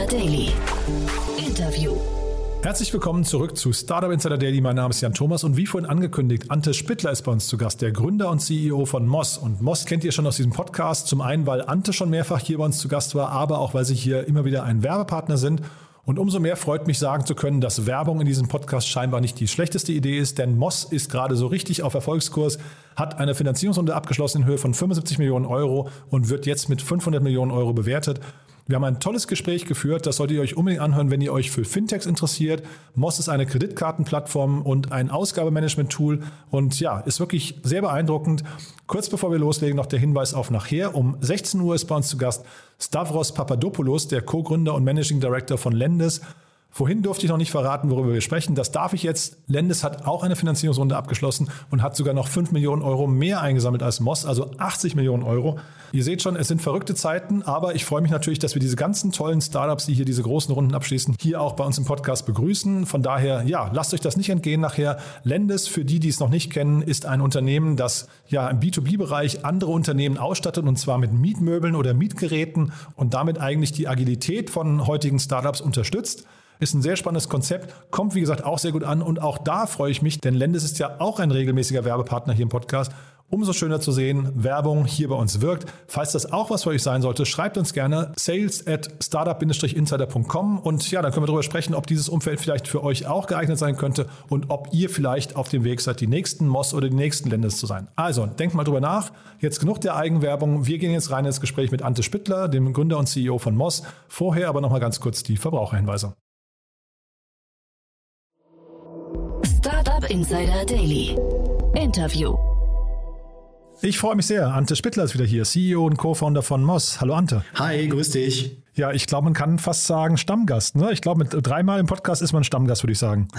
Daily. Interview. Herzlich willkommen zurück zu Startup Insider Daily. Mein Name ist Jan Thomas und wie vorhin angekündigt, Ante Spittler ist bei uns zu Gast, der Gründer und CEO von Moz. Und Moz kennt ihr schon aus diesem Podcast. Zum einen, weil Ante schon mehrfach hier bei uns zu Gast war, aber auch, weil sie hier immer wieder ein Werbepartner sind. Und umso mehr freut mich sagen zu können, dass Werbung in diesem Podcast scheinbar nicht die schlechteste Idee ist, denn Moz ist gerade so richtig auf Erfolgskurs, hat eine Finanzierungsrunde abgeschlossen in Höhe von 75 Millionen Euro und wird jetzt mit 500 Millionen Euro bewertet. Wir haben ein tolles Gespräch geführt, das solltet ihr euch unbedingt anhören, wenn ihr euch für Fintechs interessiert. Moz ist eine Kreditkartenplattform und ein Ausgabemanagement-Tool und ja, ist wirklich sehr beeindruckend. Kurz bevor wir loslegen, noch der Hinweis auf nachher. Um 16 Uhr ist bei uns zu Gast Stavros Papadopoulos, der Co-Gründer und Managing Director von Lendis. Vorhin durfte ich noch nicht verraten, worüber wir sprechen. Das darf ich jetzt. Lendis hat auch eine Finanzierungsrunde abgeschlossen und hat sogar noch 5 Millionen Euro mehr eingesammelt als Moz, also 80 Millionen Euro. Ihr seht schon, es sind verrückte Zeiten, aber ich freue mich natürlich, dass wir diese ganzen tollen Startups, die hier diese großen Runden abschließen, hier auch bei uns im Podcast begrüßen. Von daher, ja, lasst euch das nicht entgehen nachher. Lendis, für die es noch nicht kennen, ist ein Unternehmen, das ja im B2B-Bereich andere Unternehmen ausstattet und zwar mit Mietmöbeln oder Mietgeräten und damit eigentlich die Agilität von heutigen Startups unterstützt. Ist ein sehr spannendes Konzept, kommt wie gesagt auch sehr gut an und auch da freue ich mich, denn Lendis ist ja auch ein regelmäßiger Werbepartner hier im Podcast. Umso schöner zu sehen, Werbung hier bei uns wirkt. Falls das auch was für euch sein sollte, schreibt uns gerne sales@startup-insider.com und ja, dann können wir darüber sprechen, ob dieses Umfeld vielleicht für euch auch geeignet sein könnte und ob ihr vielleicht auf dem Weg seid, die nächsten Moz oder die nächsten Lendis zu sein. Also, denkt mal drüber nach. Jetzt genug der Eigenwerbung. Wir gehen jetzt rein ins Gespräch mit Ante Spittler, dem Gründer und CEO von Moz. Vorher aber nochmal ganz kurz die Verbraucherhinweise. Startup Insider Daily. Interview. Ich freue mich sehr. Ante Spittler ist wieder hier, CEO und Co-Founder von Moz. Hallo Ante. Hi, grüß dich. Ja, ich glaube, man kann fast sagen Stammgast. Ne? Ich glaube, mit 3-mal im Podcast ist man Stammgast, würde ich sagen.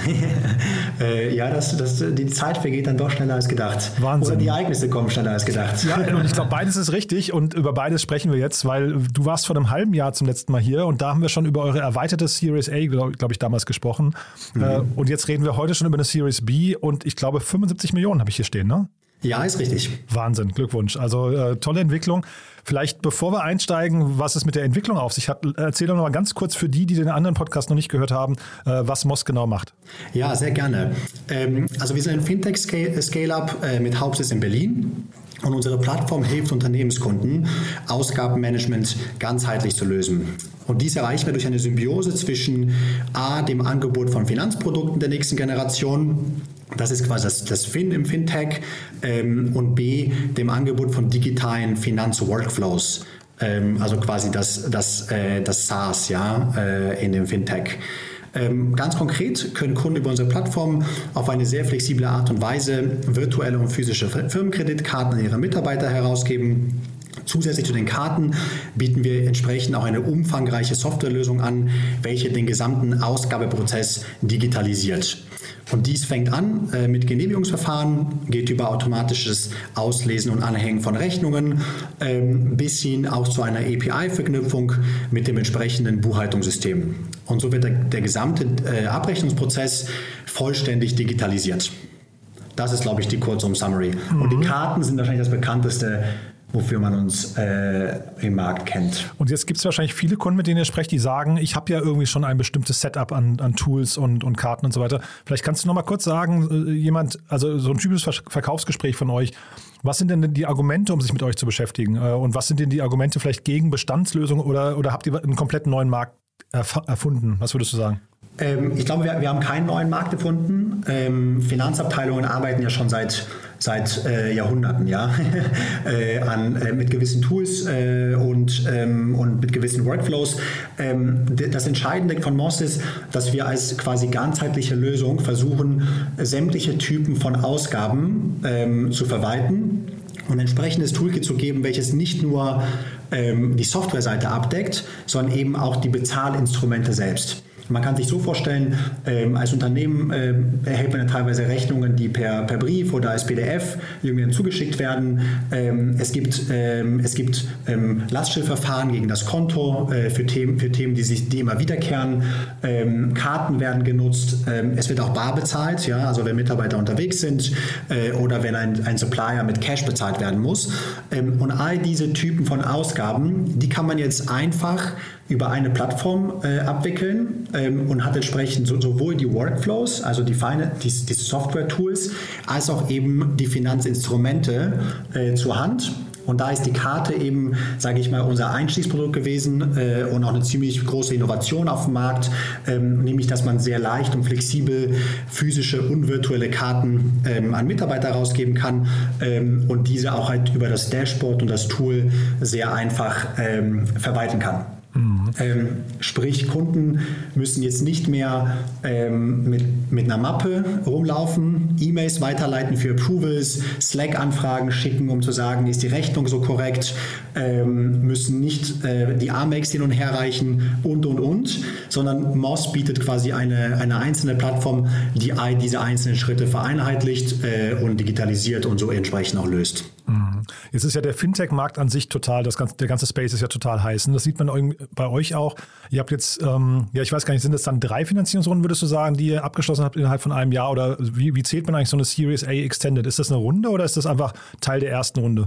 Ja, die Zeit vergeht dann doch schneller als gedacht. Wahnsinn. Oder die Ereignisse kommen schneller als gedacht. Ja, und ich glaube, beides ist richtig und über beides sprechen wir jetzt, weil du warst vor einem halben Jahr zum letzten Mal hier und da haben wir schon über eure erweiterte Series A, glaube ich, damals gesprochen. Und jetzt reden wir heute schon über eine Series B und ich glaube 75 Millionen habe ich hier stehen, ne? Ja, ist richtig. Wahnsinn, Glückwunsch. Also tolle Entwicklung. Vielleicht bevor wir einsteigen, was es mit der Entwicklung auf sich hat, erzähl doch noch mal ganz kurz für die den anderen Podcast noch nicht gehört haben, was Moz genau macht. Ja, sehr gerne. Also wir sind ein Fintech-Scale-Up mit Hauptsitz in Berlin. Und unsere Plattform hilft Unternehmenskunden, Ausgabenmanagement ganzheitlich zu lösen. Und dies erreichen wir durch eine Symbiose zwischen A, dem Angebot von Finanzprodukten der nächsten Generation, das ist quasi das Fin im Fintech, und B, dem Angebot von digitalen Finanzworkflows, also quasi das SaaS in dem Fintech. Ganz konkret können Kunden über unsere Plattform auf eine sehr flexible Art und Weise virtuelle und physische Firmenkreditkarten an ihre Mitarbeiter herausgeben. Zusätzlich zu den Karten bieten wir entsprechend auch eine umfangreiche Softwarelösung an, welche den gesamten Ausgabeprozess digitalisiert. Und dies fängt an mit Genehmigungsverfahren, geht über automatisches Auslesen und Anhängen von Rechnungen bis hin auch zu einer API-Verknüpfung mit dem entsprechenden Buchhaltungssystem. Und so wird der gesamte Abrechnungsprozess vollständig digitalisiert. Das ist, glaube ich, die Kurzum-Summary. Und die Karten sind wahrscheinlich das bekannteste, wofür man uns im Markt kennt. Und jetzt gibt es wahrscheinlich viele Kunden, mit denen ihr sprecht, die sagen, ich habe ja irgendwie schon ein bestimmtes Setup an Tools und Karten und so weiter. Vielleicht kannst du noch mal kurz sagen, also so ein typisches Verkaufsgespräch von euch, was sind denn die Argumente, um sich mit euch zu beschäftigen? Und was sind denn die Argumente vielleicht gegen Bestandslösungen oder habt ihr einen komplett neuen Markt erfunden? Was würdest du sagen? Ich glaube, wir haben keinen neuen Markt erfunden. Finanzabteilungen arbeiten ja schon seit Jahrhunderten, mit gewissen Tools und mit gewissen Workflows. Das Entscheidende von Moz ist, dass wir als quasi ganzheitliche Lösung versuchen, sämtliche Typen von Ausgaben zu verwalten und ein entsprechendes Toolkit zu geben, welches nicht nur die Softwareseite abdeckt, sondern eben auch die Bezahlinstrumente selbst. Man kann sich so vorstellen, als Unternehmen erhält man ja teilweise Rechnungen, die per Brief oder als PDF irgendwie zugeschickt werden. Es gibt Lastschriftverfahren gegen das Konto für Themen, die immer wiederkehren. Karten werden genutzt. Es wird auch bar bezahlt, also wenn Mitarbeiter unterwegs sind oder wenn ein Supplier mit Cash bezahlt werden muss. Und all diese Typen von Ausgaben, die kann man jetzt einfach über eine Plattform abwickeln und hat entsprechend sowohl die Workflows, also die Software-Tools, als auch eben die Finanzinstrumente zur Hand. Und da ist die Karte eben, sage ich mal, unser Einstiegsprodukt gewesen und auch eine ziemlich große Innovation auf dem Markt, nämlich, dass man sehr leicht und flexibel physische und virtuelle Karten an Mitarbeiter rausgeben kann und diese auch halt über das Dashboard und das Tool sehr einfach verwalten kann. Sprich, Kunden müssen jetzt nicht mehr mit einer Mappe rumlaufen, E-Mails weiterleiten für Approvals, Slack-Anfragen schicken, um zu sagen, ist die Rechnung so korrekt, müssen nicht die Amex hin und her reichen und, sondern Moss bietet quasi eine einzelne Plattform, die diese einzelnen Schritte vereinheitlicht und digitalisiert und so entsprechend auch löst. Jetzt ist ja der Fintech-Markt an sich total, der ganze Space ist ja total heiß. Und das sieht man bei euch auch. Ihr habt jetzt, ich weiß gar nicht, sind das dann 3 Finanzierungsrunden, würdest du sagen, die ihr abgeschlossen habt innerhalb von einem Jahr? Oder wie zählt man eigentlich so eine Series A Extended? Ist das eine Runde oder ist das einfach Teil der ersten Runde?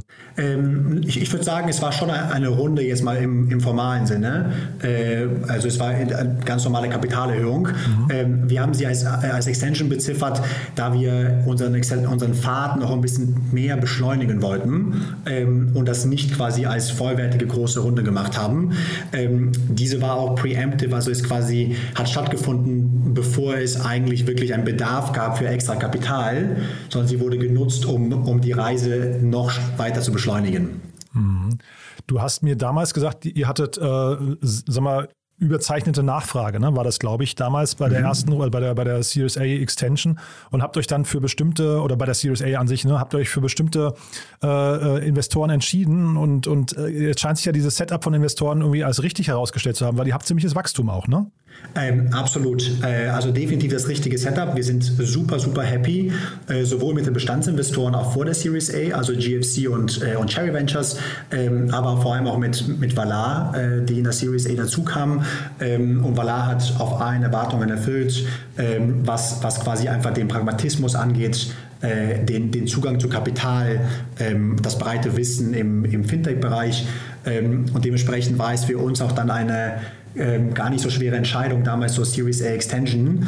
Ich würde sagen, es war schon eine Runde jetzt mal im formalen Sinne. Also es war eine ganz normale Kapitalerhöhung. Wir haben sie als Extension beziffert, da wir unseren Pfad noch ein bisschen mehr beschleunigen wollten und das nicht quasi als vollwertige große Runde gemacht haben. Diese war auch preemptive, also hat stattgefunden, bevor es eigentlich wirklich einen Bedarf gab für extra Kapital, sondern sie wurde genutzt, um die Reise noch weiter zu beschleunigen. Du hast mir damals gesagt, ihr hattet, überzeichnete Nachfrage, ne? War das, glaube ich, damals bei der ersten, bei der Series A Extension und habt euch dann für bestimmte, oder bei der Series A an sich, ne, habt euch für bestimmte Investoren entschieden und jetzt scheint sich ja dieses Setup von Investoren irgendwie als richtig herausgestellt zu haben, weil ihr habt ziemliches Wachstum auch, ne? Absolut. Also definitiv das richtige Setup. Wir sind super, super happy, sowohl mit den Bestandsinvestoren auch vor der Series A, also GFC und Cherry Ventures, aber vor allem auch mit Valar, die in der Series A dazu kamen. Und Valar hat auf allen Erwartungen erfüllt, was quasi einfach den Pragmatismus angeht, den Zugang zu Kapital, das breite Wissen im Fintech-Bereich. Und dementsprechend war es für uns auch dann eine gar nicht so schwere Entscheidung, damals zur Series A Extension,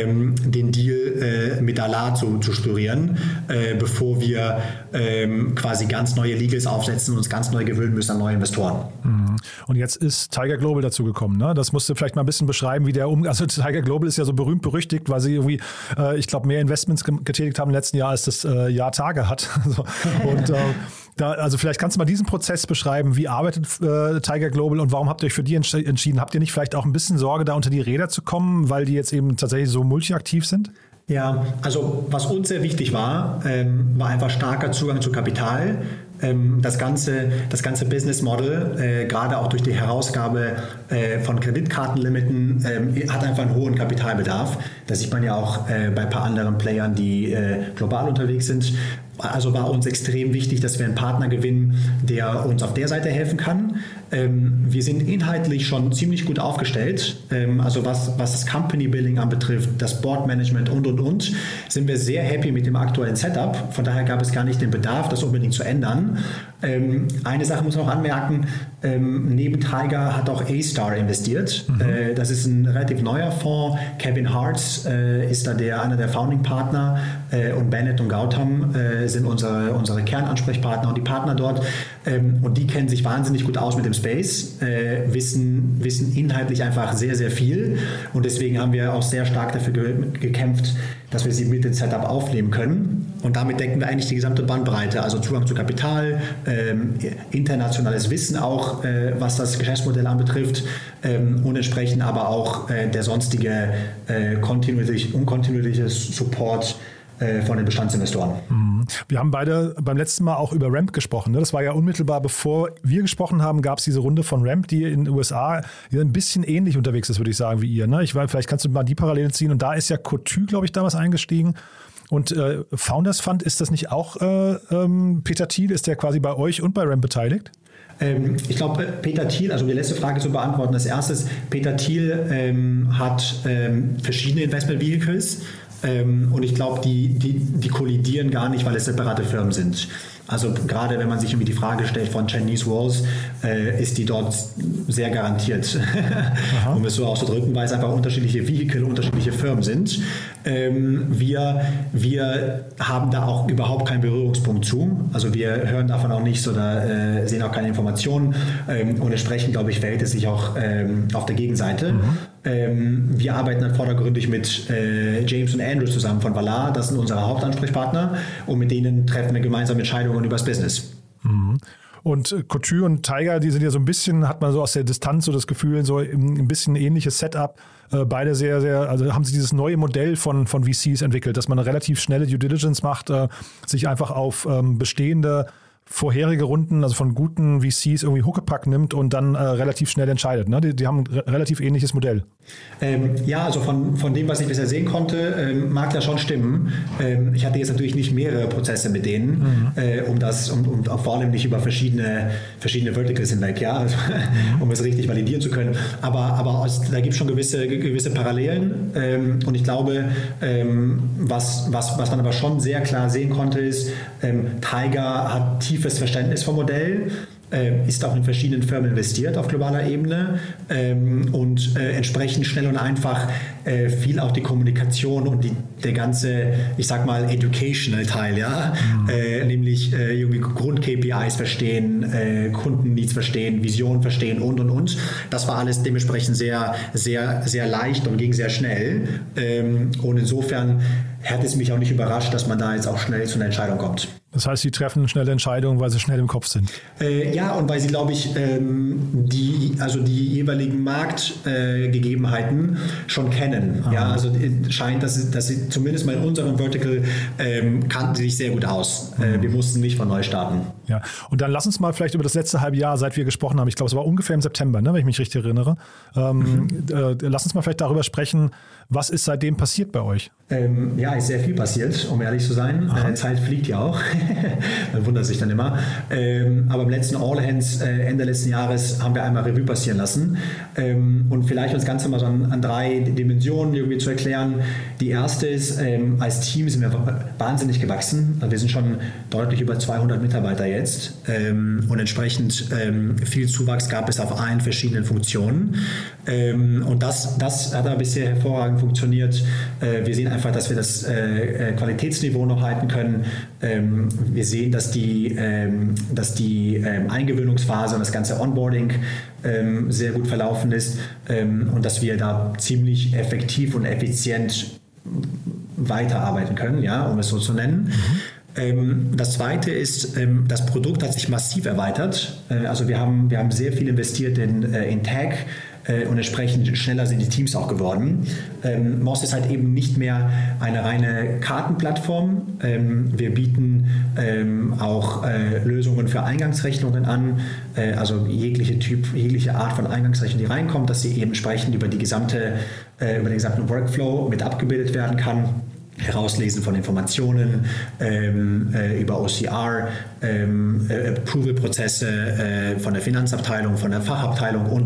den Deal mit Valar zu strukturieren, bevor wir quasi ganz neue Legals aufsetzen und uns ganz neu gewöhnen müssen an neue Investoren. Und jetzt ist Tiger Global dazu gekommen, ne? Das musst du vielleicht mal ein bisschen beschreiben, wie also Tiger Global ist ja so berühmt berüchtigt, weil sie irgendwie, ich glaube, mehr Investments getätigt haben im letzten Jahr, als das Jahr Tage hat. Und also vielleicht kannst du mal diesen Prozess beschreiben. Wie arbeitet Tiger Global und warum habt ihr euch für die entschieden? Habt ihr nicht vielleicht auch ein bisschen Sorge, da unter die Räder zu kommen, weil die jetzt eben tatsächlich so multiaktiv sind? Ja, also was uns sehr wichtig war einfach starker Zugang zu Kapital. Das ganze Business Model, gerade auch durch die Herausgabe von Kreditkartenlimiten, hat einfach einen hohen Kapitalbedarf. Das sieht man ja auch bei ein paar anderen Playern, die global unterwegs sind. Also war uns extrem wichtig, dass wir einen Partner gewinnen, der uns auf der Seite helfen kann. Wir sind inhaltlich schon ziemlich gut aufgestellt. Also was das Company Building anbetrifft, das Board Management und, sind wir sehr happy mit dem aktuellen Setup. Von daher gab es gar nicht den Bedarf, das unbedingt zu ändern. Eine Sache muss man noch anmerken, neben Tiger hat auch A-Star investiert. Das ist ein relativ neuer Fonds. Kevin Hartz ist da einer der Founding Partner und Bennett und Gautam sind unsere Kernansprechpartner und die Partner dort. Und die kennen sich wahnsinnig gut aus mit dem Space, wissen inhaltlich einfach sehr, sehr viel. Und deswegen haben wir auch sehr stark dafür gekämpft, dass wir sie mit dem Setup aufnehmen können. Und damit decken wir eigentlich die gesamte Bandbreite, also Zugang zu Kapital, internationales Wissen auch, was das Geschäftsmodell anbetrifft und entsprechend aber auch der sonstige unkontinuierliche Support von den Bestandsinvestoren. Wir haben beide beim letzten Mal auch über Ramp gesprochen. Ne? Das war ja unmittelbar bevor wir gesprochen haben, gab es diese Runde von Ramp, die in den USA ein bisschen ähnlich unterwegs ist, würde ich sagen, wie ihr. Ne? Vielleicht kannst du mal die Parallele ziehen. Und da ist ja Cotu, glaube ich, damals eingestiegen. Und Founders Fund, ist das nicht auch Peter Thiel? Ist der quasi bei euch und bei Ramp beteiligt? Ich glaube, Peter Thiel, also um die letzte Frage zu beantworten, als erstes, Peter Thiel hat verschiedene Investment Vehicles. Und ich glaube, die kollidieren gar nicht, weil es separate Firmen sind. Also gerade wenn man sich irgendwie die Frage stellt von Chinese Walls, ist die dort sehr garantiert, um es so auszudrücken, weil es einfach unterschiedliche Vehikel, unterschiedliche Firmen sind. Wir haben da auch überhaupt keinen Berührungspunkt zu. Also wir hören davon auch nichts oder sehen auch keine Informationen und entsprechend, glaube ich, verhält es sich auch auf der Gegenseite. Wir arbeiten dann vordergründig mit James und Andrew zusammen von Valar, das sind unsere Hauptansprechpartner und mit denen treffen wir gemeinsam Entscheidungen über das Business. Und Cotu und Tiger, die sind ja so ein bisschen, hat man so aus der Distanz so das Gefühl, so ein bisschen ähnliches Setup. Beide sehr, sehr, also haben sie dieses neue Modell von VCs entwickelt, dass man eine relativ schnelle Due Diligence macht, sich einfach auf bestehende vorherige Runden, also von guten VCs irgendwie Huckepack nimmt und dann relativ schnell entscheidet. Ne? Die haben ein relativ ähnliches Modell. Ja, also von dem, was ich bisher sehen konnte, mag das schon stimmen. Ich hatte jetzt natürlich nicht mehrere Prozesse mit denen, um vor allem nicht über verschiedene Verticals hinweg, ja, also, um es richtig validieren zu können. Aber da gibt es schon gewisse Parallelen und ich glaube, was man aber schon sehr klar sehen konnte, ist, Tiger hat tiefes Verständnis vom Modell, ist auch in verschiedenen Firmen investiert auf globaler Ebene und entsprechend schnell und einfach viel auch die Kommunikation und der ganze, ich sag mal, educational Teil, ja, nämlich irgendwie Grund-KPIs verstehen, Kundenneeds verstehen, Visionen verstehen und. Das war alles dementsprechend sehr, sehr, sehr leicht und ging sehr schnell und insofern hat es mich auch nicht überrascht, dass man da jetzt auch schnell zu einer Entscheidung kommt. Das heißt, sie treffen schnelle Entscheidungen, weil sie schnell im Kopf sind. Ja, und weil sie, glaube ich, die jeweiligen Marktgegebenheiten schon kennen. Ja, also scheint, dass sie zumindest mal in unserem Vertical kannten sie sich sehr gut aus. Wir mussten nicht von neu starten. Ja, und dann lass uns mal vielleicht über das letzte halbe Jahr, seit wir gesprochen haben, ich glaube, es war ungefähr im September, ne, wenn ich mich richtig erinnere. Lass uns mal vielleicht darüber sprechen, was ist seitdem passiert bei euch? Ja, ist sehr viel passiert, um ehrlich zu sein. Zeit fliegt ja auch. Man wundert sich dann immer. Aber im letzten All Hands Ende letzten Jahres haben wir einmal Revue passieren lassen. Und vielleicht das Ganze mal so an 3 Dimensionen irgendwie zu erklären. Die erste ist, als Team sind wir wahnsinnig gewachsen. Wir sind schon deutlich über 200 Mitarbeiter jetzt. Und entsprechend viel Zuwachs gab es auf allen verschiedenen Funktionen. Und das hat aber bisher hervorragend funktioniert. Wir sehen einfach, dass wir das Qualitätsniveau noch halten können. Wir sehen, dass die Eingewöhnungsphase und das ganze Onboarding sehr gut verlaufen ist und dass wir da ziemlich effektiv und effizient weiterarbeiten können, ja, um es so zu nennen. Das zweite ist, das Produkt hat sich massiv erweitert. Also wir haben sehr viel investiert in Tech. Und entsprechend schneller sind die Teams auch geworden. Moss ist halt eben nicht mehr eine reine Kartenplattform. Wir bieten auch Lösungen für Eingangsrechnungen an, also jegliche Art von Eingangsrechnung, die reinkommt, dass sie eben entsprechend über den gesamten Workflow mit abgebildet werden kann. Herauslesen von Informationen über OCR, Approval-Prozesse von der Finanzabteilung, von der Fachabteilung und.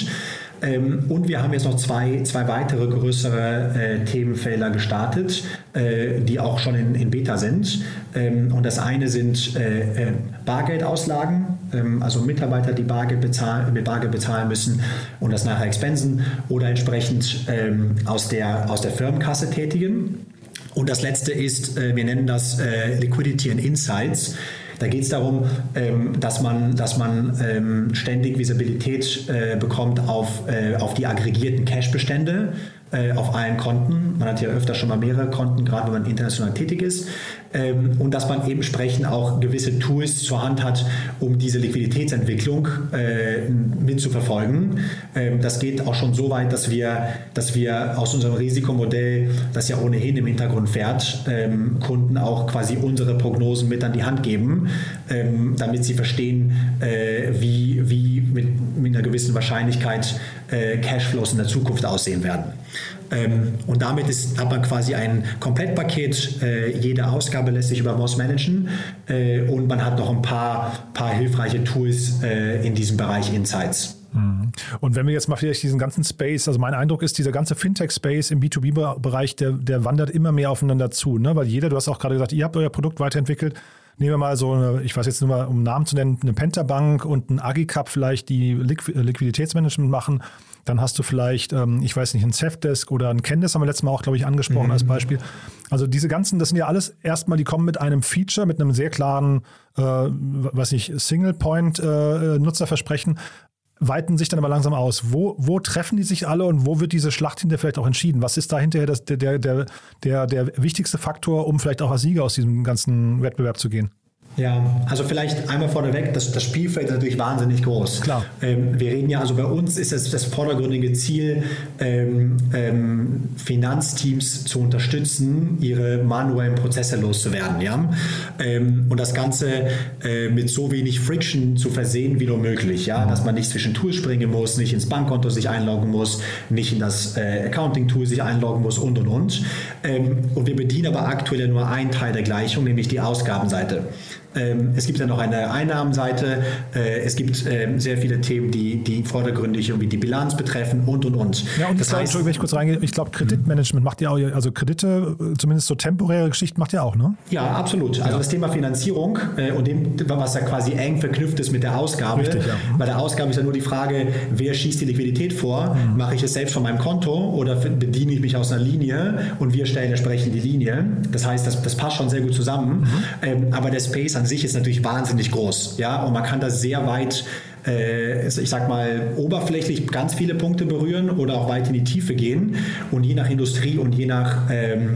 Und wir haben jetzt noch zwei weitere größere Themenfelder gestartet, die auch schon in Beta sind. Und das eine sind Bargeldauslagen, also Mitarbeiter, die mit Bargeld bezahlen müssen und das nachher expensen oder entsprechend aus der Firmenkasse tätigen. Und das letzte ist, wir nennen das Liquidity and Insights. Da geht es darum, dass man ständig Visibilität bekommt auf die aggregierten Cash-Bestände auf allen Konten. Man hat ja öfter schon mal mehrere Konten, gerade wenn man international tätig ist. Und dass man eben entsprechend auch gewisse Tools zur Hand hat, um diese Liquiditätsentwicklung mitzuverfolgen. Das geht auch schon so weit, dass wir aus unserem Risikomodell, das ja ohnehin im Hintergrund fährt, Kunden auch quasi unsere Prognosen mit an die Hand geben, damit sie verstehen, wie mit einer gewissen Wahrscheinlichkeit Cashflows in der Zukunft aussehen werden. Und damit hat man quasi ein Komplettpaket. Jede Ausgabe lässt sich über Moss managen und man hat noch ein paar hilfreiche Tools in diesem Bereich Insights. Und wenn wir jetzt mal vielleicht diesen ganzen Space, also mein Eindruck ist, dieser ganze Fintech-Space im B2B-Bereich, der wandert immer mehr aufeinander zu, ne? Weil du hast auch gerade gesagt, ihr habt euer Produkt weiterentwickelt, nehmen wir mal so eine, ich weiß jetzt nur mal, um einen Namen zu nennen, eine Pentabank und ein Agicap vielleicht, die Liquiditätsmanagement machen. Dann hast du vielleicht, ich weiß nicht, ein Safdesk oder ein Candice, haben wir letztes Mal auch, glaube ich, angesprochen als Beispiel. Also diese ganzen, das sind ja alles erstmal, die kommen mit einem Feature, mit einem sehr klaren, Single-Point-Nutzerversprechen, weiten sich dann aber langsam aus. Wo treffen die sich alle und wo wird diese Schlacht hinterher vielleicht auch entschieden? Was ist da hinterher der wichtigste Faktor, um vielleicht auch als Sieger aus diesem ganzen Wettbewerb zu gehen? Ja, also vielleicht einmal vorneweg, das Spielfeld ist natürlich wahnsinnig groß. Klar. Wir reden ja, also bei uns ist es das vordergründige Ziel, Finanzteams zu unterstützen, ihre manuellen Prozesse loszuwerden. Ja? Und das Ganze mit so wenig Friction zu versehen wie nur möglich. Ja? Dass man nicht zwischen Tools springen muss, nicht ins Bankkonto sich einloggen muss, nicht in das Accounting-Tool sich einloggen muss und. Und wir bedienen aber aktuell nur einen Teil der Gleichung, nämlich die Ausgabenseite. Es gibt ja noch eine Einnahmenseite, es gibt sehr viele Themen, die vordergründig irgendwie die Bilanz betreffen und. Ja, und das heißt, wenn ich kurz reingehe, ich glaube, Kreditmanagement macht ihr auch, also Kredite, zumindest so temporäre Geschichten macht ihr auch, ne? Ja, absolut. Also das Thema Finanzierung und dem, was ja quasi eng verknüpft ist mit der Ausgabe. Richtig, ja. Bei der Ausgabe ist ja nur die Frage, wer schießt die Liquidität vor? Mache ich es selbst von meinem Konto oder bediene ich mich aus einer Linie und wir stellen entsprechend die Linie? Das heißt, das passt schon sehr gut zusammen. Aber der Space an sich ist natürlich wahnsinnig groß, ja, und man kann da sehr weit, ich sag mal, oberflächlich ganz viele Punkte berühren oder auch weit in die Tiefe gehen, und je nach Industrie und je nach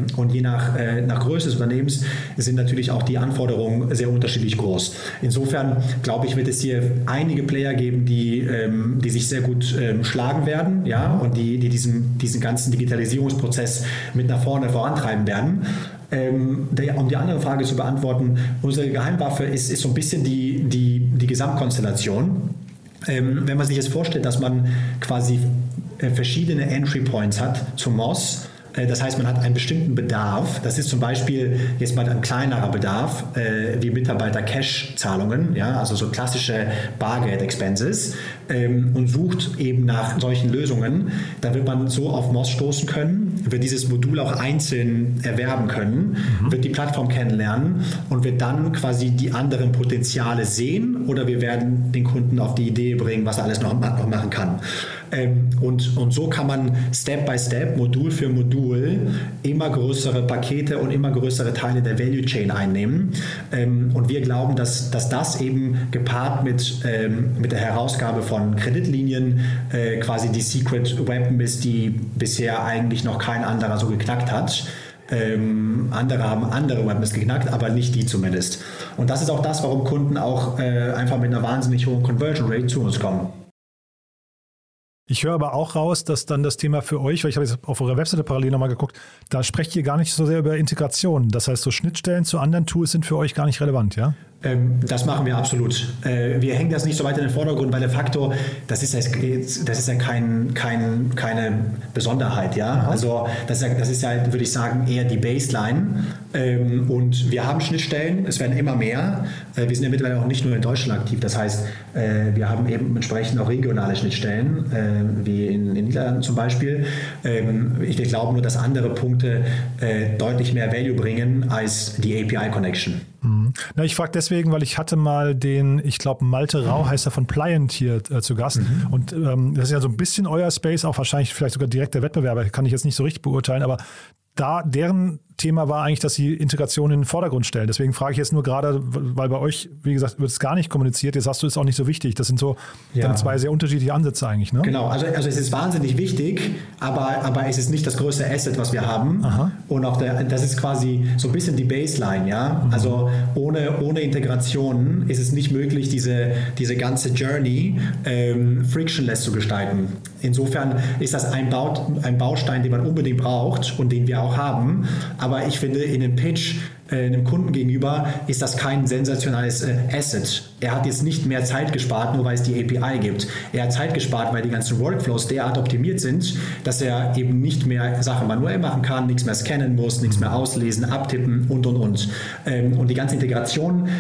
Größe des Unternehmens sind natürlich auch die Anforderungen sehr unterschiedlich groß. Insofern glaube ich, wird es hier einige Player geben, die sich sehr gut schlagen werden, ja, und die diesen ganzen Digitalisierungsprozess mit nach vorne vorantreiben werden. Um die andere Frage zu beantworten, unsere Geheimwaffe ist so ein bisschen die Gesamtkonstellation. Wenn man sich jetzt vorstellt, dass man quasi verschiedene Entry Points hat zu Moss, das heißt, man hat einen bestimmten Bedarf. Das ist zum Beispiel jetzt mal ein kleinerer Bedarf, wie Mitarbeiter-Cash-Zahlungen, ja, also so klassische Bargeld-Expenses, und sucht eben nach solchen Lösungen. Da wird man so auf Moss stoßen können, wird dieses Modul auch einzeln erwerben können, wird die Plattform kennenlernen und wird dann quasi die anderen Potenziale sehen, oder wir werden den Kunden auf die Idee bringen, was er alles noch machen kann. Und so kann man Step by Step, Modul für Modul, immer größere Pakete und immer größere Teile der Value Chain einnehmen. Und wir glauben, dass das eben gepaart mit der Herausgabe von Kreditlinien quasi die Secret Weapon ist, die bisher eigentlich noch kein anderer so geknackt hat. Andere haben andere Weapons geknackt, aber nicht die zumindest. Und das ist auch das, warum Kunden auch einfach mit einer wahnsinnig hohen Conversion Rate zu uns kommen. Ich höre aber auch raus, dass dann das Thema für euch, weil ich habe jetzt auf eurer Webseite parallel nochmal geguckt, da sprecht ihr gar nicht so sehr über Integration. Das heißt, so Schnittstellen zu anderen Tools sind für euch gar nicht relevant, ja? Das machen wir absolut. Wir hängen das nicht so weit in den Vordergrund, weil der Faktor, das ist ja keine Besonderheit, ja. Aha. Also das ist ja, würde ich sagen, eher die Baseline. Und wir haben Schnittstellen, es werden immer mehr. Wir sind ja mittlerweile auch nicht nur in Deutschland aktiv. Das heißt, wir haben eben entsprechend auch regionale Schnittstellen, wie in Niederlanden zum Beispiel. Wir glauben nur, dass andere Punkte deutlich mehr Value bringen als die API-Connection. Na, ich frage deswegen, weil ich hatte mal ich glaube Malte Rau heißt er von Pliant hier zu Gast, und das ist ja so ein bisschen euer Space, auch wahrscheinlich vielleicht sogar direkt der Wettbewerber, kann ich jetzt nicht so richtig beurteilen, aber deren Thema war eigentlich, dass sie Integration in den Vordergrund stellen. Deswegen frage ich jetzt nur gerade, weil bei euch, wie gesagt, wird es gar nicht kommuniziert. Jetzt sagst du, ist auch nicht so wichtig. Das sind so dann zwei sehr unterschiedliche Ansätze eigentlich, ne? Genau, also es ist wahnsinnig wichtig, aber es ist nicht das größte Asset, was wir haben. Aha. Und das ist quasi so ein bisschen die Baseline, ja. Also ohne Integration ist es nicht möglich, diese ganze Journey frictionless zu gestalten. Insofern ist das ein Baustein, den man unbedingt braucht und den wir auch haben. Aber ich finde, in einem Pitch einem Kunden gegenüber ist das kein sensationales Asset. Er hat jetzt nicht mehr Zeit gespart, nur weil es die API gibt. Er hat Zeit gespart, weil die ganzen Workflows derart optimiert sind, dass er eben nicht mehr Sachen manuell machen kann, nichts mehr scannen muss, nichts mehr auslesen, abtippen und. Und die ganzen Integrationen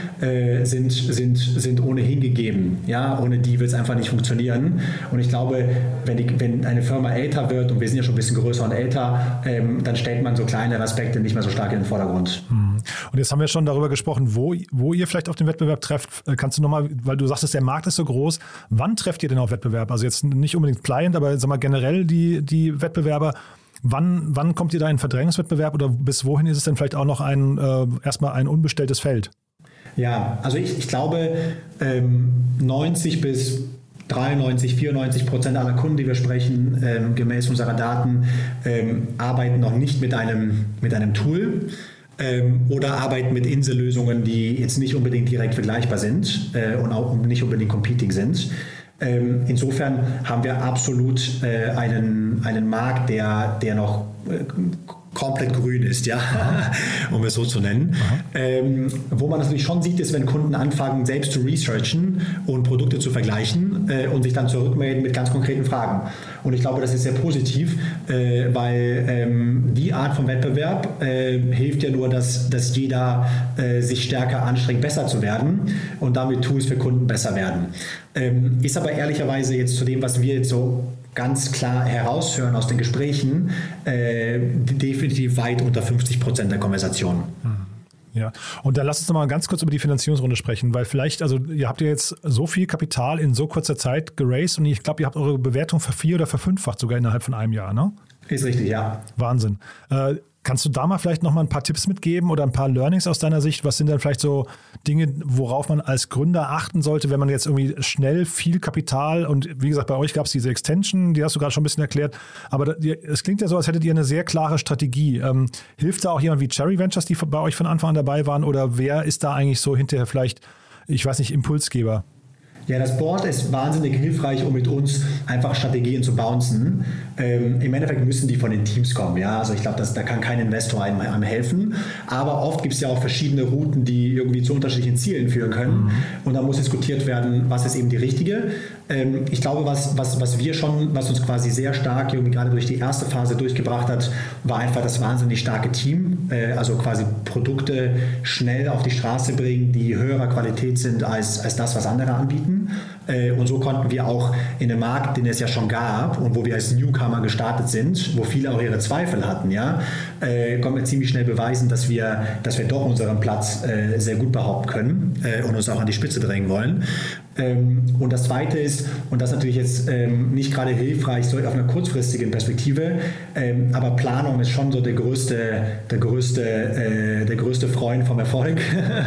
sind ohnehin gegeben. Ja? Ohne die wird es einfach nicht funktionieren. Und ich glaube, wenn eine Firma älter wird, und wir sind ja schon ein bisschen größer und älter, dann stellt man so kleine Aspekte nicht mehr so stark in den Vordergrund. Und jetzt haben wir schon darüber gesprochen, wo ihr vielleicht auf den Wettbewerb trefft. Kannst du nochmal, weil du sagtest, der Markt ist so groß, wann trefft ihr denn auf Wettbewerb? Also jetzt nicht unbedingt Client, aber sag mal generell die Wettbewerber. Wann kommt ihr da in Verdrängungswettbewerb oder bis wohin ist es denn vielleicht auch noch erstmal ein unbestelltes Feld? Ja, also ich glaube 90 bis 93-94% aller Kunden, die wir sprechen, gemäß unserer Daten, arbeiten noch nicht mit einem Tool oder arbeiten mit Insellösungen, die jetzt nicht unbedingt direkt vergleichbar sind und auch nicht unbedingt competing sind. Insofern haben wir absolut einen Markt, der noch komplett grün ist, ja, um es so zu nennen. Wo man natürlich schon sieht, ist, wenn Kunden anfangen, selbst zu researchen und Produkte zu vergleichen und sich dann zurückmelden mit ganz konkreten Fragen. Und ich glaube, das ist sehr positiv, weil die Art von Wettbewerb hilft ja nur, dass jeder sich stärker anstrengt, besser zu werden und damit Tools für Kunden besser werden. Ist aber ehrlicherweise jetzt zu dem, was wir jetzt so ganz klar heraushören aus den Gesprächen, definitiv weit unter 50% der Konversationen. Ja, und dann lass uns noch mal ganz kurz über die Finanzierungsrunde sprechen, weil vielleicht, also ihr habt ja jetzt so viel Kapital in so kurzer Zeit geraced und ich glaube, ihr habt eure Bewertung ver-4- oder ver-5-facht sogar innerhalb von einem Jahr, ne? Ist richtig, ja. Wahnsinn. Kannst du da mal vielleicht noch mal ein paar Tipps mitgeben oder ein paar Learnings aus deiner Sicht? Was sind denn vielleicht so Dinge, worauf man als Gründer achten sollte, wenn man jetzt irgendwie schnell viel Kapital und wie gesagt, bei euch gab es diese Extension, die hast du gerade schon ein bisschen erklärt, aber es klingt ja so, als hättet ihr eine sehr klare Strategie. Hilft da auch jemand wie Cherry Ventures, die bei euch von Anfang an dabei waren oder wer ist da eigentlich so hinterher vielleicht, ich weiß nicht, Impulsgeber? Ja, das Board ist wahnsinnig hilfreich, um mit uns einfach Strategien zu bouncen. Im Endeffekt müssen die von den Teams kommen. Ja? Also ich glaube, da kann kein Investor einem helfen. Aber oft gibt es ja auch verschiedene Routen, die irgendwie zu unterschiedlichen Zielen führen können. Und da muss diskutiert werden, was ist eben die richtige. Ich glaube, was uns quasi sehr stark irgendwie gerade durch die erste Phase durchgebracht hat, war einfach das wahnsinnig starke Team. Also quasi Produkte schnell auf die Straße bringen, die höherer Qualität sind als das, was andere anbieten. Und so konnten wir auch in einem Markt, den es ja schon gab und wo wir als Newcomer gestartet sind, wo viele auch ihre Zweifel hatten, ja, konnten wir ziemlich schnell beweisen, dass wir doch unseren Platz sehr gut behaupten können und uns auch an die Spitze drängen wollen. Und das Zweite ist, und das ist natürlich jetzt nicht gerade hilfreich so auf einer kurzfristigen Perspektive, aber Planung ist schon so der größte Freund vom Erfolg,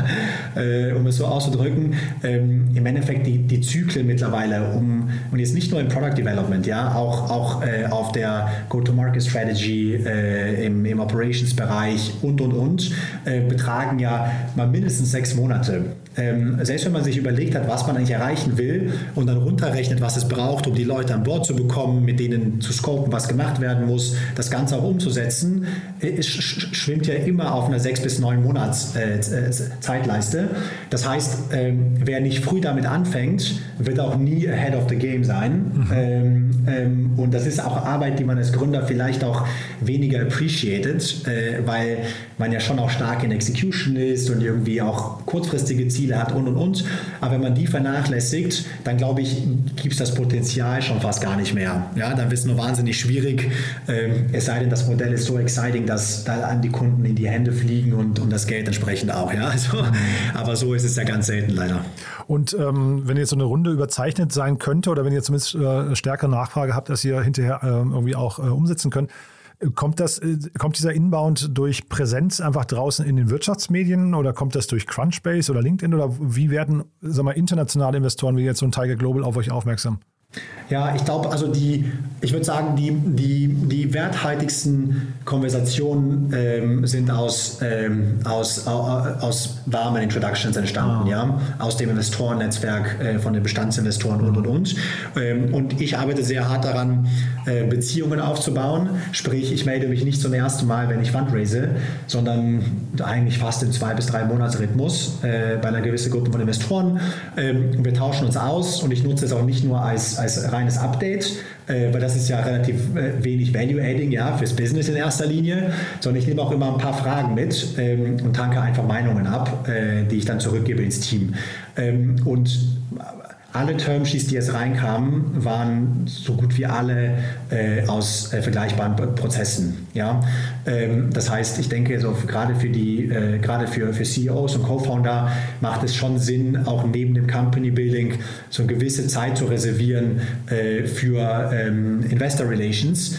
um es so auszudrücken. Im Endeffekt die Zyklen mittlerweile, und jetzt nicht nur im Product Development, ja, auch auf der Go-to-Market Strategy, im Operations-Bereich und betragen ja mal mindestens 6 Monate. Selbst wenn man sich überlegt hat, was man eigentlich erreichen will und dann runterrechnet, was es braucht, um die Leute an Bord zu bekommen, mit denen zu scopen, was gemacht werden muss, das Ganze auch umzusetzen, es schwimmt ja immer auf einer 6 bis 9 Monats Zeitleiste. Das heißt, wer nicht früh damit anfängt, wird auch nie ahead of the game sein. Und das ist auch Arbeit, die man als Gründer vielleicht auch weniger appreciated, weil man ja schon auch stark in Execution ist und irgendwie auch kurzfristige Ziele hat und. Aber wenn man die vernachlässigt, dann glaube ich, gibt es das Potenzial schon fast gar nicht mehr. Ja, dann wird es nur wahnsinnig schwierig, es sei denn, das Modell ist so exciting, dass da an die Kunden in die Hände fliegen und das Geld entsprechend auch. Ja? Also, aber so ist es ja ganz selten leider. Und wenn jetzt so eine Runde überzeichnet sein könnte oder wenn ihr zumindest stärkere Nachfrage habt, dass ihr hinterher irgendwie auch umsetzen könnt, kommt dieser Inbound durch Präsenz einfach draußen in den Wirtschaftsmedien oder kommt das durch Crunchbase oder LinkedIn oder wie werden, internationale Investoren wie jetzt so ein Tiger Global auf euch aufmerksam? Ja, ich glaube, also ich würde sagen, die werthaltigsten Konversationen sind aus warmen Introductions entstanden, ja, aus dem Investorennetzwerk von den Bestandsinvestoren und. Und ich arbeite sehr hart daran, Beziehungen aufzubauen. Sprich, ich melde mich nicht zum ersten Mal, wenn ich fundraise, sondern eigentlich fast im 2- bis 3 Monatsrhythmus bei einer gewissen Gruppe von Investoren. Wir tauschen uns aus und ich nutze es auch nicht nur als reines Update, weil das ist ja relativ wenig Value-Adding, ja, fürs Business in erster Linie, sondern ich nehme auch immer ein paar Fragen mit und tanke einfach Meinungen ab, die ich dann zurückgebe ins Team. Und Alle Termsheets, die jetzt reinkamen, waren so gut wie alle aus vergleichbaren Prozessen. Ja? Das heißt, ich denke, so gerade für CEOs und Co-Founder macht es schon Sinn, auch neben dem Company Building so eine gewisse Zeit zu reservieren für Investor Relations.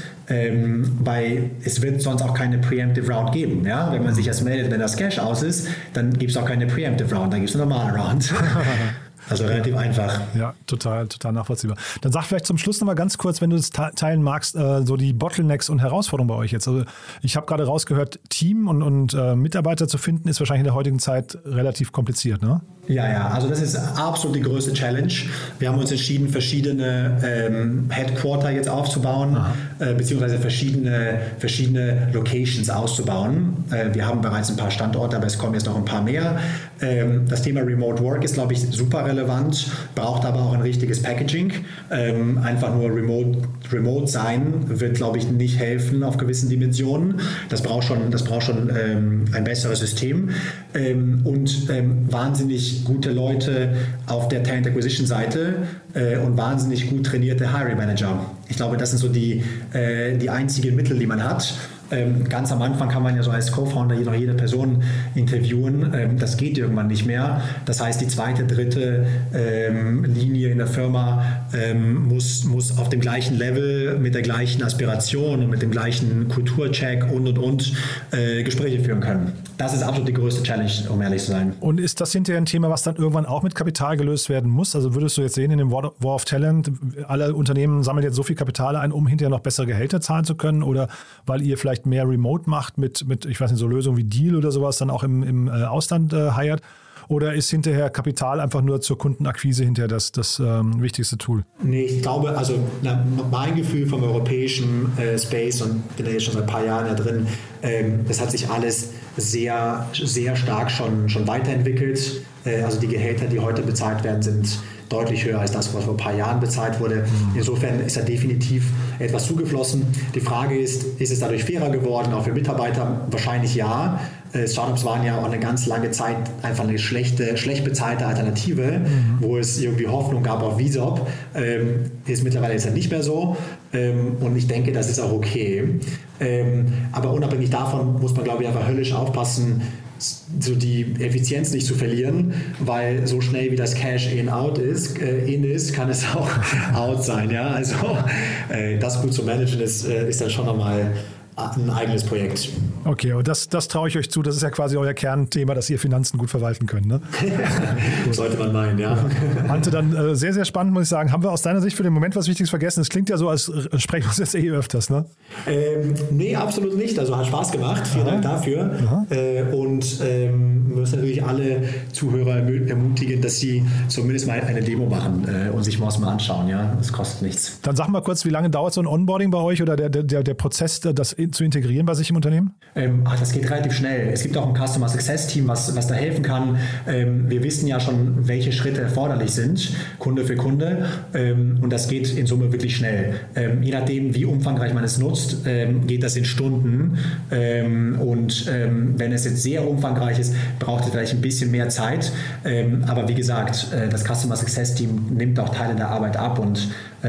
Weil es wird sonst auch keine Preemptive Round geben. Ja? Wenn man sich erst meldet, wenn das Cash aus ist, dann gibt es auch keine Preemptive Round, dann gibt es eine normale Round. Also relativ einfach. Ja, total nachvollziehbar. Dann sag vielleicht zum Schluss nochmal ganz kurz, wenn du das teilen magst, so die Bottlenecks und Herausforderungen bei euch jetzt. Also ich habe gerade rausgehört, Team und Mitarbeiter zu finden, ist wahrscheinlich in der heutigen Zeit relativ kompliziert, ne? Ja, also das ist absolut die größte Challenge. Wir haben uns entschieden, verschiedene Headquarter jetzt aufzubauen, beziehungsweise verschiedene Locations auszubauen. Wir haben bereits ein paar Standorte, aber es kommen jetzt noch ein paar mehr. Das Thema Remote Work ist, glaube ich, super relevant, braucht aber auch ein richtiges Packaging. Einfach nur remote sein wird, glaube ich, nicht helfen auf gewissen Dimensionen. Das braucht schon ein besseres System und wahnsinnig gute Leute auf der Talent Acquisition Seite und wahnsinnig gut trainierte Hiring Manager. Ich glaube, das sind so die einzigen Mittel, die man hat. Ganz am Anfang kann man ja so als Co-Founder noch jede Person interviewen. Das geht irgendwann nicht mehr. Das heißt, die zweite, dritte Linie in der Firma muss auf dem gleichen Level, mit der gleichen Aspiration und mit dem gleichen Kulturcheck und Gespräche führen können. Das ist absolut die größte Challenge, um ehrlich zu sein. Und ist das hinterher ein Thema, was dann irgendwann auch mit Kapital gelöst werden muss? Also würdest du jetzt sehen in dem War of Talent, alle Unternehmen sammeln jetzt so viel Kapital ein, um hinterher noch bessere Gehälter zahlen zu können, oder weil ihr vielleicht mehr Remote macht mit ich weiß nicht, so Lösungen wie Deal oder sowas dann auch im Ausland hired? Oder ist hinterher Kapital einfach nur zur Kundenakquise hinterher das wichtigste Tool? Nee, ich glaube, also mein Gefühl vom europäischen Space, und bin da jetzt schon seit ein paar Jahren da drin, das hat sich alles sehr, sehr stark schon weiterentwickelt. Also die Gehälter, die heute bezahlt werden, sind deutlich höher als das, was vor ein paar Jahren bezahlt wurde. Insofern ist da definitiv etwas zugeflossen. Die Frage ist es dadurch fairer geworden, auch für Mitarbeiter? Wahrscheinlich ja. Startups waren ja auch eine ganz lange Zeit einfach eine schlecht bezahlte Alternative, wo es irgendwie Hoffnung gab auf VSOP. Ist mittlerweile jetzt nicht mehr so. Und ich denke, das ist auch okay. Aber unabhängig davon muss man, glaube ich, einfach höllisch aufpassen, so die Effizienz nicht zu verlieren, weil so schnell wie das Cash in ist, kann es auch out sein. Ja? Also das gut zu managen ist dann schon nochmal ein eigenes Projekt. Okay, und das traue ich euch zu. Das ist ja quasi euer Kernthema, dass ihr Finanzen gut verwalten könnt. Ne? Sollte man meinen, ja. Ante, dann sehr, sehr spannend, muss ich sagen. Haben wir aus deiner Sicht für den Moment was Wichtiges vergessen? Es klingt ja so, als sprechen wir uns jetzt öfters, ne? Nee, absolut nicht. Also hat Spaß gemacht. Vielen Dank dafür. Und wir müssen natürlich alle Zuhörer ermutigen, dass sie zumindest mal eine Demo machen und sich Moss mal anschauen. Ja? Das kostet nichts. Dann sag mal kurz, wie lange dauert so ein Onboarding bei euch oder der Prozess, das zu integrieren bei sich im Unternehmen? Das geht relativ schnell. Es gibt auch ein Customer Success Team, was da helfen kann. Wir wissen ja schon, welche Schritte erforderlich sind, Kunde für Kunde. Und das geht in Summe wirklich schnell. Je nachdem, wie umfangreich man es nutzt, geht das in Stunden. Und wenn es jetzt sehr umfangreich ist, braucht es vielleicht ein bisschen mehr Zeit. Aber wie gesagt, das Customer Success Team nimmt auch Teile der Arbeit ab und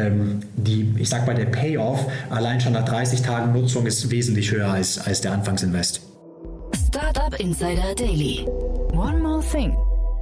ich sag mal, der Payoff allein schon nach 30 Tagen Nutzung ist wesentlich höher als der Anfangsinvest. Startup Insider Daily. One more thing.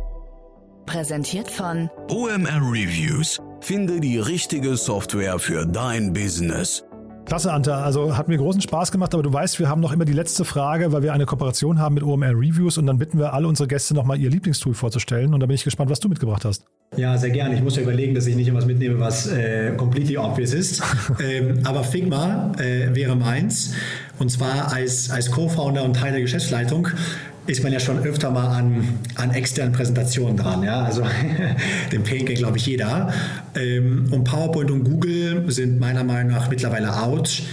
Präsentiert von OMR Reviews. Finde die richtige Software für dein Business. Klasse, Ante. Also hat mir großen Spaß gemacht, aber du weißt, wir haben noch immer die letzte Frage, weil wir eine Kooperation haben mit OMR Reviews und dann bitten wir alle unsere Gäste nochmal ihr Lieblingstool vorzustellen und da bin ich gespannt, was du mitgebracht hast. Ja, sehr gerne. Ich muss ja überlegen, dass ich nicht etwas mitnehme, was completely obvious ist. Aber Figma wäre meins. Und zwar als Co-Founder und Teil der Geschäftsleitung ist man ja schon öfter mal an externen Präsentationen dran. Ja? Also den Pain kennt, glaube ich, jeder. Und PowerPoint und Google sind meiner Meinung nach mittlerweile out.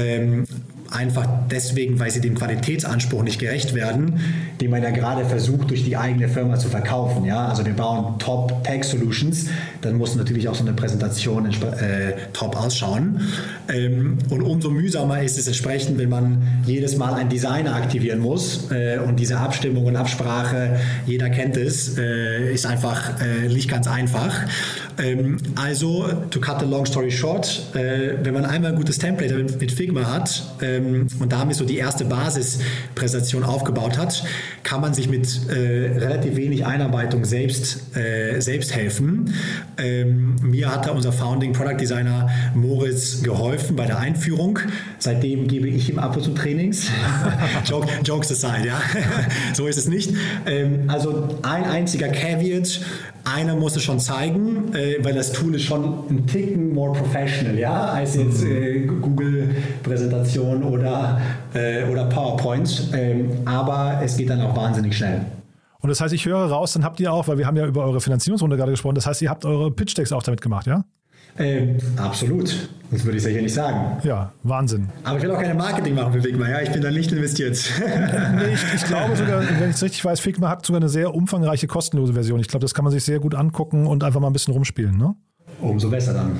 Einfach deswegen, weil sie dem Qualitätsanspruch nicht gerecht werden, den man ja gerade versucht, durch die eigene Firma zu verkaufen. Ja? Also wir bauen Top-Tech-Solutions, dann muss natürlich auch so eine Präsentation top ausschauen. Und umso mühsamer ist es entsprechend, wenn man jedes Mal einen Designer aktivieren muss. Und diese Abstimmung und Absprache, jeder kennt es, ist einfach nicht ganz einfach. Also, to cut the long story short, wenn man einmal ein gutes Template mit Figma hat und damit so die erste Basispräsentation aufgebaut hat, kann man sich mit relativ wenig Einarbeitung selbst helfen. Mir hat da unser Founding Product Designer Moritz geholfen bei der Einführung. Seitdem gebe ich ihm ab und zu Trainings. Jokes aside, ja. So ist es nicht. Also ein einziger Caveat, einer muss es schon zeigen, weil das Tool ist schon ein Ticken more professional, ja, als jetzt Google-Präsentation oder PowerPoint. Aber es geht dann auch wahnsinnig schnell. Und das heißt, ich höre raus, dann habt ihr auch, weil wir haben ja über eure Finanzierungsrunde gerade gesprochen, das heißt, ihr habt eure Pitch-Decks auch damit gemacht, ja? Absolut. Das würde ich sicher nicht sagen. Ja, Wahnsinn. Aber ich will auch keine Marketing machen für Figma. Ja? Ich bin da nicht investiert. Nee, ich glaube sogar, wenn ich es richtig weiß, Figma hat sogar eine sehr umfangreiche, kostenlose Version. Ich glaube, das kann man sich sehr gut angucken und einfach mal ein bisschen rumspielen. Ne? Umso besser dann.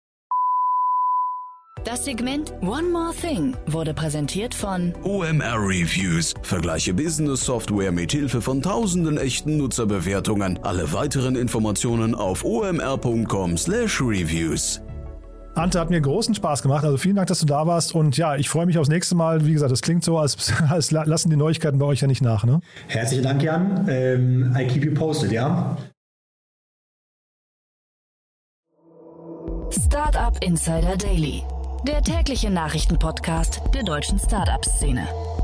Das Segment One More Thing wurde präsentiert von OMR Reviews. Vergleiche Business-Software mit Hilfe von tausenden echten Nutzerbewertungen. Alle weiteren Informationen auf omr.com/reviews. Ante, hat mir großen Spaß gemacht. Also vielen Dank, dass du da warst. Und ja, ich freue mich aufs nächste Mal. Wie gesagt, das klingt so, als lassen die Neuigkeiten bei euch ja nicht nach. Ne? Herzlichen Dank, Jan. I keep you posted, ja? Startup Insider Daily. Der tägliche Nachrichtenpodcast der deutschen Startup-Szene.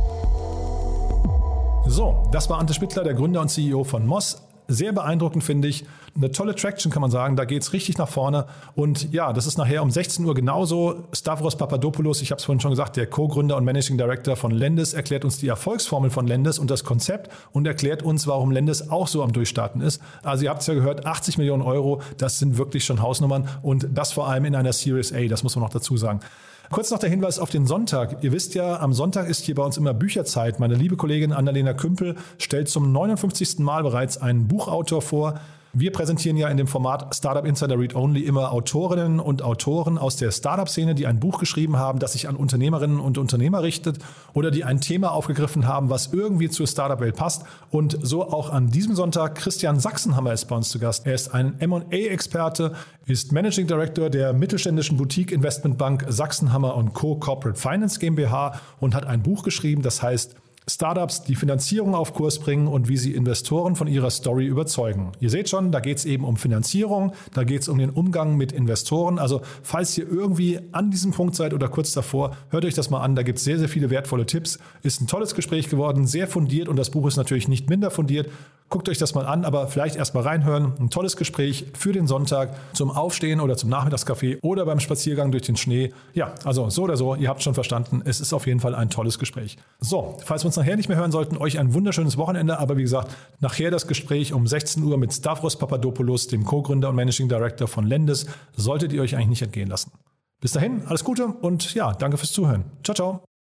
So, das war Ante Spittler, der Gründer und CEO von Moss. Sehr beeindruckend, finde ich. Eine tolle Traction, kann man sagen. Da geht es richtig nach vorne. Und ja, das ist nachher um 16 Uhr genauso. Stavros Papadopoulos, ich habe es vorhin schon gesagt, der Co-Gründer und Managing Director von Lendis, erklärt uns die Erfolgsformel von Lendis und das Konzept und erklärt uns, warum Lendis auch so am Durchstarten ist. Also ihr habt es ja gehört, 80 Millionen Euro, das sind wirklich schon Hausnummern und das vor allem in einer Series A, das muss man noch dazu sagen. Kurz noch der Hinweis auf den Sonntag. Ihr wisst ja, am Sonntag ist hier bei uns immer Bücherzeit. Meine liebe Kollegin Annalena Kümpel stellt zum 59. Mal bereits einen Buchautor vor. Wir präsentieren ja in dem Format Startup Insider Read Only immer Autorinnen und Autoren aus der Startup-Szene, die ein Buch geschrieben haben, das sich an Unternehmerinnen und Unternehmer richtet oder die ein Thema aufgegriffen haben, was irgendwie zur Startup-Welt passt. Und so auch an diesem Sonntag. Christian Sachsenhammer ist bei uns zu Gast. Er ist ein M&A-Experte, ist Managing Director der mittelständischen Boutique-Investmentbank Sachsenhammer & Co. Corporate Finance GmbH und hat ein Buch geschrieben, das heißt Startups, die Finanzierung auf Kurs bringen und wie sie Investoren von ihrer Story überzeugen. Ihr seht schon, da geht es eben um Finanzierung, da geht es um den Umgang mit Investoren. Also falls ihr irgendwie an diesem Punkt seid oder kurz davor, hört euch das mal an, da gibt es sehr, sehr viele wertvolle Tipps. Ist ein tolles Gespräch geworden, sehr fundiert und das Buch ist natürlich nicht minder fundiert. Guckt euch das mal an, aber vielleicht erst mal reinhören. Ein tolles Gespräch für den Sonntag zum Aufstehen oder zum Nachmittagskaffee oder beim Spaziergang durch den Schnee. Ja, also so oder so, ihr habt schon verstanden, es ist auf jeden Fall ein tolles Gespräch. So, falls wir uns nachher nicht mehr hören sollten, euch ein wunderschönes Wochenende, aber wie gesagt, nachher das Gespräch um 16 Uhr mit Stavros Papadopoulos, dem Co-Gründer und Managing Director von Lendis, solltet ihr euch eigentlich nicht entgehen lassen. Bis dahin, alles Gute und ja, danke fürs Zuhören. Ciao, ciao.